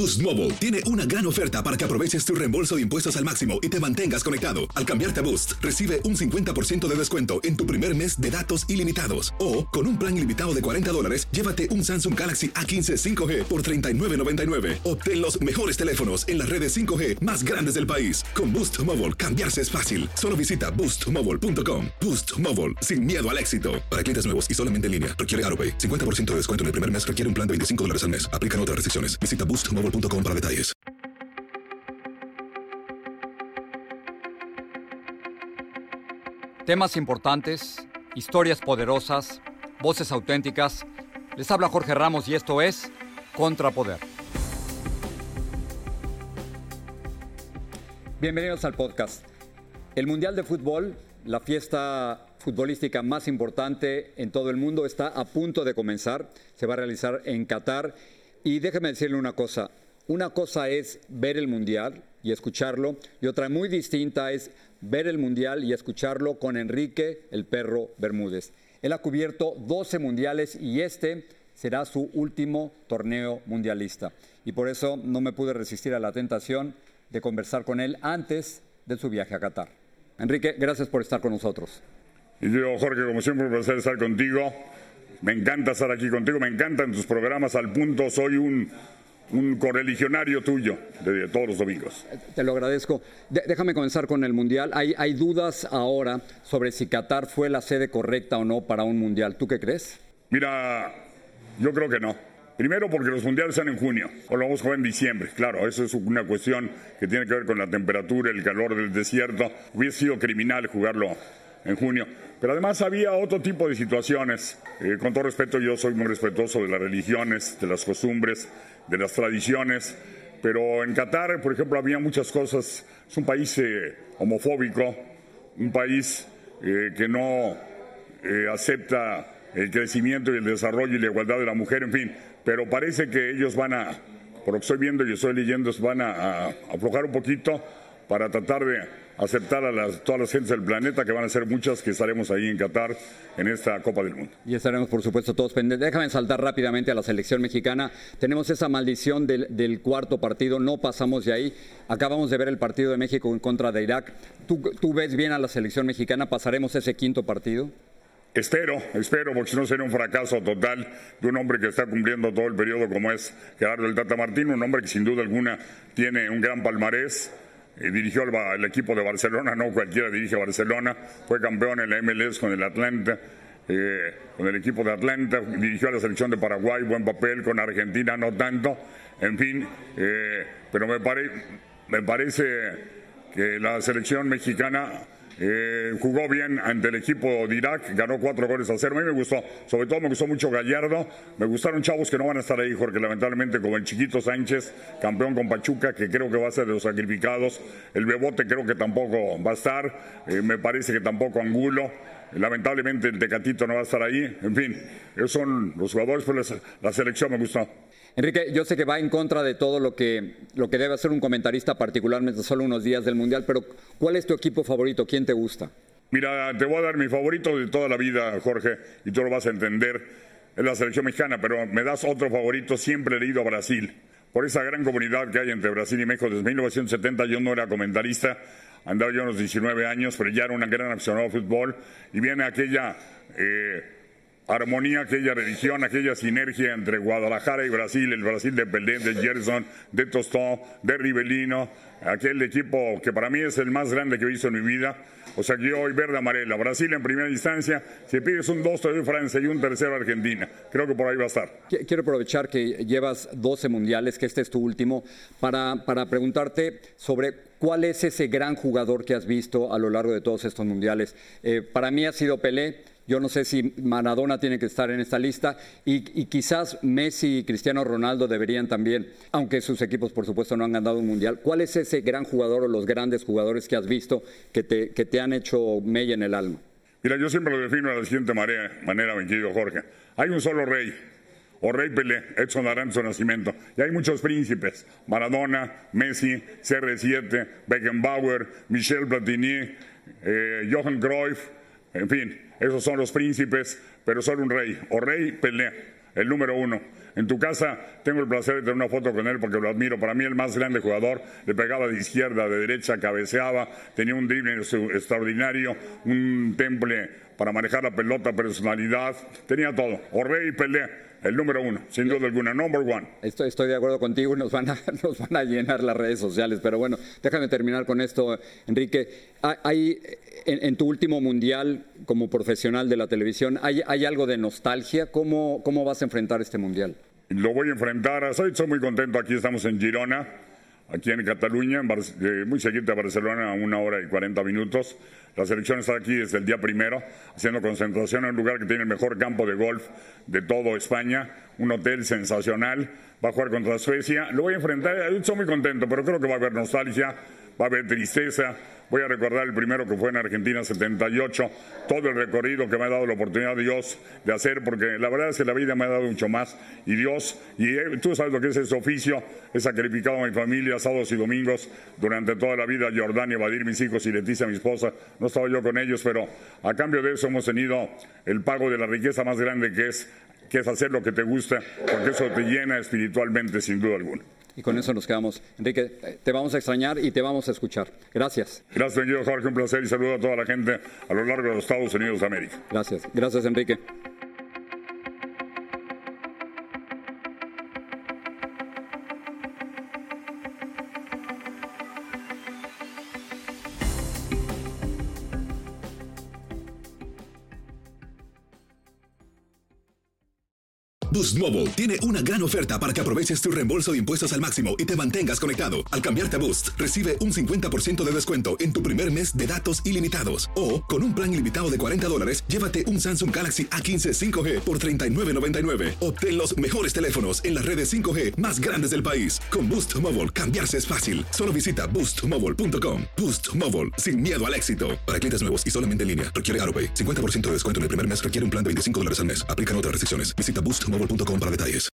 Boost Mobile tiene una gran oferta para que aproveches tu reembolso de impuestos al máximo y te mantengas conectado. Al cambiarte a Boost, recibe un 50% de descuento en tu primer mes de datos ilimitados. O, con un plan ilimitado de $40, llévate un Samsung Galaxy A15 5G por $39.99. Obtén los mejores teléfonos en las redes 5G más grandes del país. Con Boost Mobile, cambiarse es fácil. Solo visita boostmobile.com. Boost Mobile, sin miedo al éxito. Para clientes nuevos y solamente en línea, requiere AroPay. 50% de descuento en el primer mes requiere un plan de $25 al mes. Aplican otras restricciones. Visita boostmobile.com para detalles. Temas importantes, historias poderosas, voces auténticas. Les habla Jorge Ramos y esto es Contrapoder. Bienvenidos al podcast. El Mundial de Fútbol, la fiesta futbolística más importante en todo el mundo, está a punto de comenzar. Se va a realizar en Qatar. Y déjeme decirle una cosa. Una cosa es ver el Mundial y escucharlo, y otra muy distinta es ver el Mundial y escucharlo con Enrique el Perro Bermúdez. Él ha cubierto 12 mundiales y este será su último torneo mundialista. Y por eso no me pude resistir a la tentación de conversar con él antes de su viaje a Qatar. Enrique, gracias por estar con nosotros. Y yo, Jorge, como siempre, un placer estar contigo. Me encanta estar aquí contigo, me encantan tus programas. Al punto, soy un correligionario tuyo de todos los domingos. Te lo agradezco. Déjame comenzar con el Mundial. Hay dudas ahora sobre si Qatar fue la sede correcta o no para un Mundial. ¿Tú qué crees? Mira, yo creo que no. Primero porque los mundiales son en junio, o lo vamos a jugar en diciembre. Claro, eso es una cuestión que tiene que ver con la temperatura, el calor del desierto. Hubiera sido criminal jugarlo en junio. Pero además había otro tipo de situaciones. Con todo respeto, yo soy muy respetuoso de las religiones, de las costumbres, de las tradiciones. Pero en Qatar, por ejemplo, había muchas cosas. Es un país homofóbico, un país que no acepta el crecimiento y el desarrollo y la igualdad de la mujer, en fin. Pero parece que ellos van a, por lo que estoy viendo y estoy leyendo, van a aflojar un poquito para tratar de aceptar a todas las gentes del planeta, que van a ser muchas, que estaremos ahí en Qatar en esta Copa del Mundo. Y estaremos, por supuesto, todos pendientes. Déjame saltar rápidamente a la selección mexicana. Tenemos esa maldición del cuarto partido, no pasamos de ahí. Acabamos de ver el partido de México en contra de Irak. ¿Tú ves bien a la selección mexicana? ¿Pasaremos ese quinto partido? Espero, porque si no sería un fracaso total de un hombre que está cumpliendo todo el periodo como es Gerardo el Tata Martino, un hombre que sin duda alguna tiene un gran palmarés. Dirigió el equipo de Barcelona, no cualquiera dirige a Barcelona, fue campeón en la MLS con el Atlanta, con el equipo de Atlanta, dirigió a la selección de Paraguay, buen papel, con Argentina no tanto, en fin, pero me parece que la selección mexicana jugó bien ante el equipo de Irak, ganó 4-0. A mí me gustó, sobre todo me gustó mucho Gallardo, me gustaron chavos que no van a estar ahí, Jorge, lamentablemente, como el Chiquito Sánchez, campeón con Pachuca, que creo que va a ser de los sacrificados, el Bebote creo que tampoco va a estar, me parece que tampoco Angulo, lamentablemente el Tecatito no va a estar ahí, en fin, esos son los jugadores, pues la selección me gustó. Enrique, yo sé que va en contra de todo lo que debe hacer un comentarista, particularmente solo unos días del Mundial, pero ¿cuál es tu equipo favorito? ¿Quién te gusta? Mira, te voy a dar mi favorito de toda la vida, Jorge, y tú lo vas a entender, es la selección mexicana, pero me das otro favorito, siempre he ido a Brasil, por esa gran comunidad que hay entre Brasil y México. Desde 1970 yo no era comentarista, andaba yo unos 19 años, pero ya era un gran aficionado al fútbol, y viene aquella armonía, aquella religión, aquella sinergia entre Guadalajara y Brasil, el Brasil de Pelé, de Gerson, de Tostó, de Rivelino, aquel equipo que para mí es el más grande que he visto en mi vida. O sea que yo hoy verde amarela, Brasil en primera instancia, si pides un 2 te doy Francia y un tercero Argentina, creo que por ahí va a estar. Quiero aprovechar que llevas 12 mundiales, que este es tu último, para preguntarte sobre cuál es ese gran jugador que has visto a lo largo de todos estos mundiales. Para mí ha sido Pelé. Yo no sé si Maradona tiene que estar en esta lista y quizás Messi y Cristiano Ronaldo deberían también, aunque sus equipos por supuesto no han ganado un mundial. ¿Cuál es ese gran jugador o los grandes jugadores que has visto que te han hecho mella en el alma? Mira, yo siempre lo defino de la siguiente manera, mi querido Jorge. Hay un solo rey, o rey Pelé, Edson Arantes Nascimento. Y hay muchos príncipes, Maradona, Messi, CR7, Beckenbauer, Michel Platini, Johan Cruyff, en fin, esos son los príncipes, pero solo un rey, o rey Pelé. el número 1. En tu casa tengo el placer de tener una foto con él porque lo admiro. Para mí el más grande jugador, le pegaba de izquierda, de derecha, cabeceaba, tenía un drible extraordinario, un temple para manejar la pelota, personalidad, tenía todo. Orbe y Pelé, el número 1, sin duda alguna, number 1. Estoy de acuerdo contigo y nos van a llenar las redes sociales, pero bueno, déjame terminar con esto, Enrique. En tu último mundial como profesional de la televisión, ¿hay algo de nostalgia? ¿Cómo vas a enfrentar este mundial? Lo voy a enfrentar, estoy muy contento, aquí estamos en Girona, aquí en Cataluña, muy cerquita de Barcelona, a 1 hora y 40 minutos. La selección está aquí desde el día primero, haciendo concentración en un lugar que tiene el mejor campo de golf de todo España, un hotel sensacional, va a jugar contra Suecia. Lo voy a enfrentar, estoy muy contento, pero creo que va a haber nostalgia, va a haber tristeza. Voy a recordar el primero que fue en Argentina 78, todo el recorrido que me ha dado la oportunidad Dios de hacer, porque la verdad es que la vida me ha dado mucho más. Y Dios, tú sabes lo que es ese oficio, he sacrificado a mi familia sábados y domingos durante toda la vida. Jordania, Badir, mis hijos y Leticia, mi esposa, no estaba yo con ellos, pero a cambio de eso hemos tenido el pago de la riqueza más grande que es hacer lo que te gusta, porque eso te llena espiritualmente sin duda alguna. Y con eso nos quedamos. Enrique, te vamos a extrañar y te vamos a escuchar. Gracias. Gracias, querido Jorge, un placer y saludo a toda la gente a lo largo de los Estados Unidos de América. Gracias, Enrique. Boost Mobile tiene una gran oferta para que aproveches tu reembolso de impuestos al máximo y te mantengas conectado. Al cambiarte a Boost, recibe un 50% de descuento en tu primer mes de datos ilimitados. O, con un plan ilimitado de $40, llévate un Samsung Galaxy A15 5G por $39.99. Obtén los mejores teléfonos en las redes 5G más grandes del país. Con Boost Mobile, cambiarse es fácil. Solo visita boostmobile.com. Boost Mobile, sin miedo al éxito. Para clientes nuevos y solamente en línea, requiere AutoPay. 50% de descuento en el primer mes requiere un plan de $25 al mes. Aplican otras restricciones. Visita boostmobile.com para detalles.